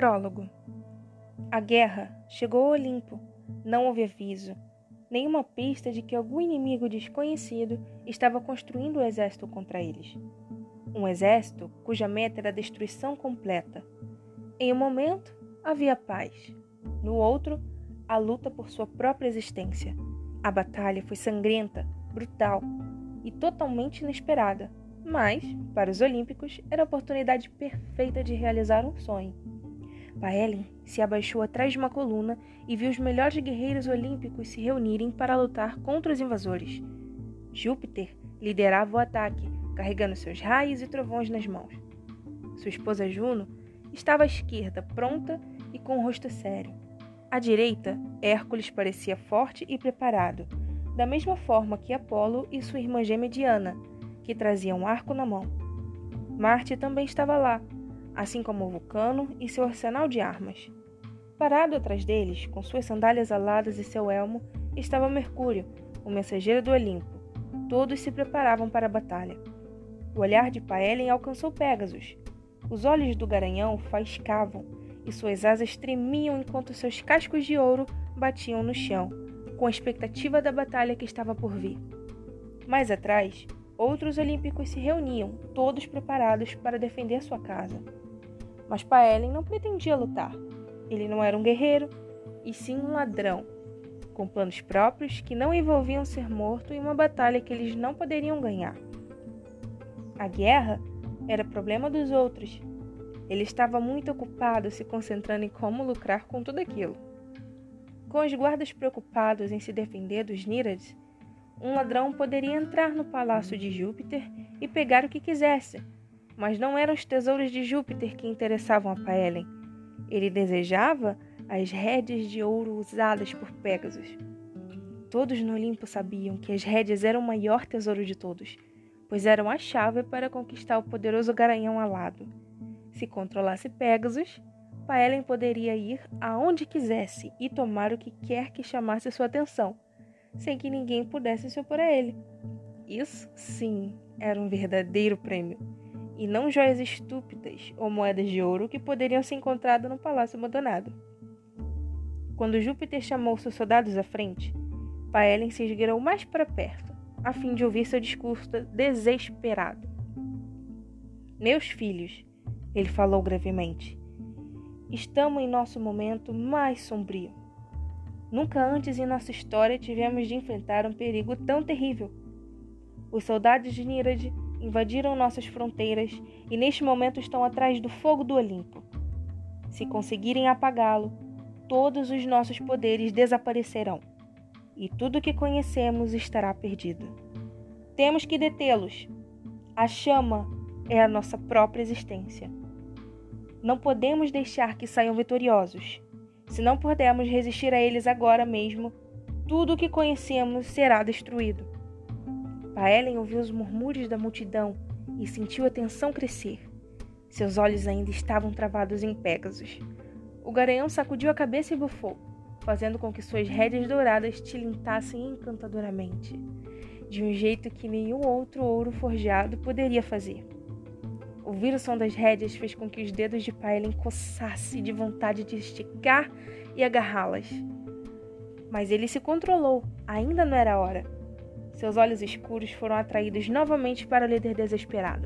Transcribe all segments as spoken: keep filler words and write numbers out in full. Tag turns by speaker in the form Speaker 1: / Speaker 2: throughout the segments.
Speaker 1: Prólogo. A guerra chegou ao Olimpo. Não houve aviso, nenhuma pista de que algum inimigo desconhecido estava construindo um exército contra eles. Um exército cuja meta era a destruição completa. Em um momento, havia paz. No outro, a luta por sua própria existência. A batalha foi sangrenta, brutal e totalmente inesperada, mas, para os olímpicos, era a oportunidade perfeita de realizar um sonho. Paellen se abaixou atrás de uma coluna e viu os melhores guerreiros olímpicos se reunirem para lutar contra os invasores. Júpiter liderava o ataque, carregando seus raios e trovões nas mãos. Sua esposa Juno estava à esquerda, pronta e com o rosto sério. À direita, Hércules parecia forte e preparado, da mesma forma que Apolo e sua irmã gêmea Diana, que trazia um arco na mão. Marte também estava lá, assim como Vulcano e seu arsenal de armas. Parado atrás deles, com suas sandálias aladas e seu elmo, estava Mercúrio, o mensageiro do Olimpo. Todos se preparavam para a batalha. O olhar de Paellen alcançou Pégasus. Os olhos do garanhão faiscavam e suas asas tremiam enquanto seus cascos de ouro batiam no chão, com a expectativa da batalha que estava por vir. Mais atrás, outros olímpicos se reuniam, todos preparados para defender sua casa. Mas Paellen não pretendia lutar. Ele não era um guerreiro, e sim um ladrão, com planos próprios que não envolviam ser morto em uma batalha que eles não poderiam ganhar. A guerra era problema dos outros. Ele estava muito ocupado se concentrando em como lucrar com tudo aquilo. Com os guardas preocupados em se defender dos Níriades, um ladrão poderia entrar no palácio de Júpiter e pegar o que quisesse, mas não eram os tesouros de Júpiter que interessavam a Paellen. Ele desejava as rédeas de ouro usadas por Pégasus. Todos no Olimpo sabiam que as rédeas eram o maior tesouro de todos, pois eram a chave para conquistar o poderoso garanhão alado. Se controlasse Pégasus, Paellen poderia ir aonde quisesse e tomar o que quer que chamasse sua atenção, sem que ninguém pudesse se opor a ele. Isso, sim, era um verdadeiro prêmio, e não joias estúpidas ou moedas de ouro que poderiam ser encontradas no palácio abandonado. Quando Júpiter chamou seus soldados à frente, Paellen se esgueirou mais para perto, a fim de ouvir seu discurso desesperado. Meus filhos, ele falou gravemente, estamos em nosso momento mais sombrio. Nunca antes em nossa história tivemos de enfrentar um perigo tão terrível. Os soldados de Nírade invadiram nossas fronteiras e neste momento estão atrás do fogo do Olimpo. Se conseguirem apagá-lo, todos os nossos poderes desaparecerão e tudo o que conhecemos estará perdido. Temos que detê-los. A chama é a nossa própria existência. Não podemos deixar que saiam vitoriosos. Se não pudermos resistir a eles agora mesmo, tudo o que conhecemos será destruído. Paellen ouviu os murmúrios da multidão e sentiu a tensão crescer. Seus olhos ainda estavam travados em Pégasus. O garanhão sacudiu a cabeça e bufou, fazendo com que suas rédeas douradas tilintassem encantadoramente, de um jeito que nenhum outro ouro forjado poderia fazer. Ouvir o som das rédeas fez com que os dedos de Paellen coçassem de vontade de esticar e agarrá-las. Mas ele se controlou, ainda não era hora. Seus olhos escuros foram atraídos novamente para o líder desesperado.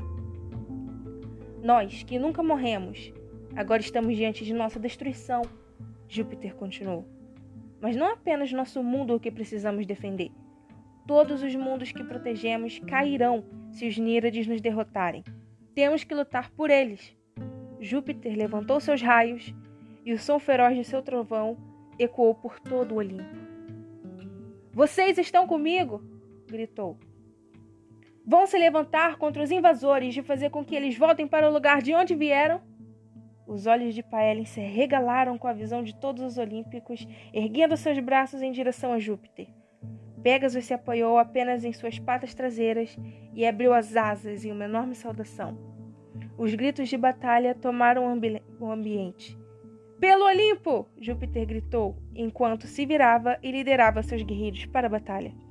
Speaker 1: Nós, que nunca morremos, agora estamos diante de nossa destruição, Júpiter continuou. Mas não apenas nosso mundo o que precisamos defender. Todos os mundos que protegemos cairão se os Nírades nos derrotarem. Temos que lutar por eles. Júpiter levantou seus raios e o som feroz de seu trovão ecoou por todo o Olimpo. Vocês estão comigo? Gritou. Vão se levantar contra os invasores e fazer com que eles voltem para o lugar de onde vieram? Os olhos de Paellen se regalaram com a visão de todos os olímpicos, erguendo seus braços em direção a Júpiter. Pégasus se apoiou apenas em suas patas traseiras e abriu as asas em uma enorme saudação. Os gritos de batalha tomaram o, ambi- o ambiente. Pelo Olimpo! Júpiter gritou, enquanto se virava e liderava seus guerreiros para a batalha.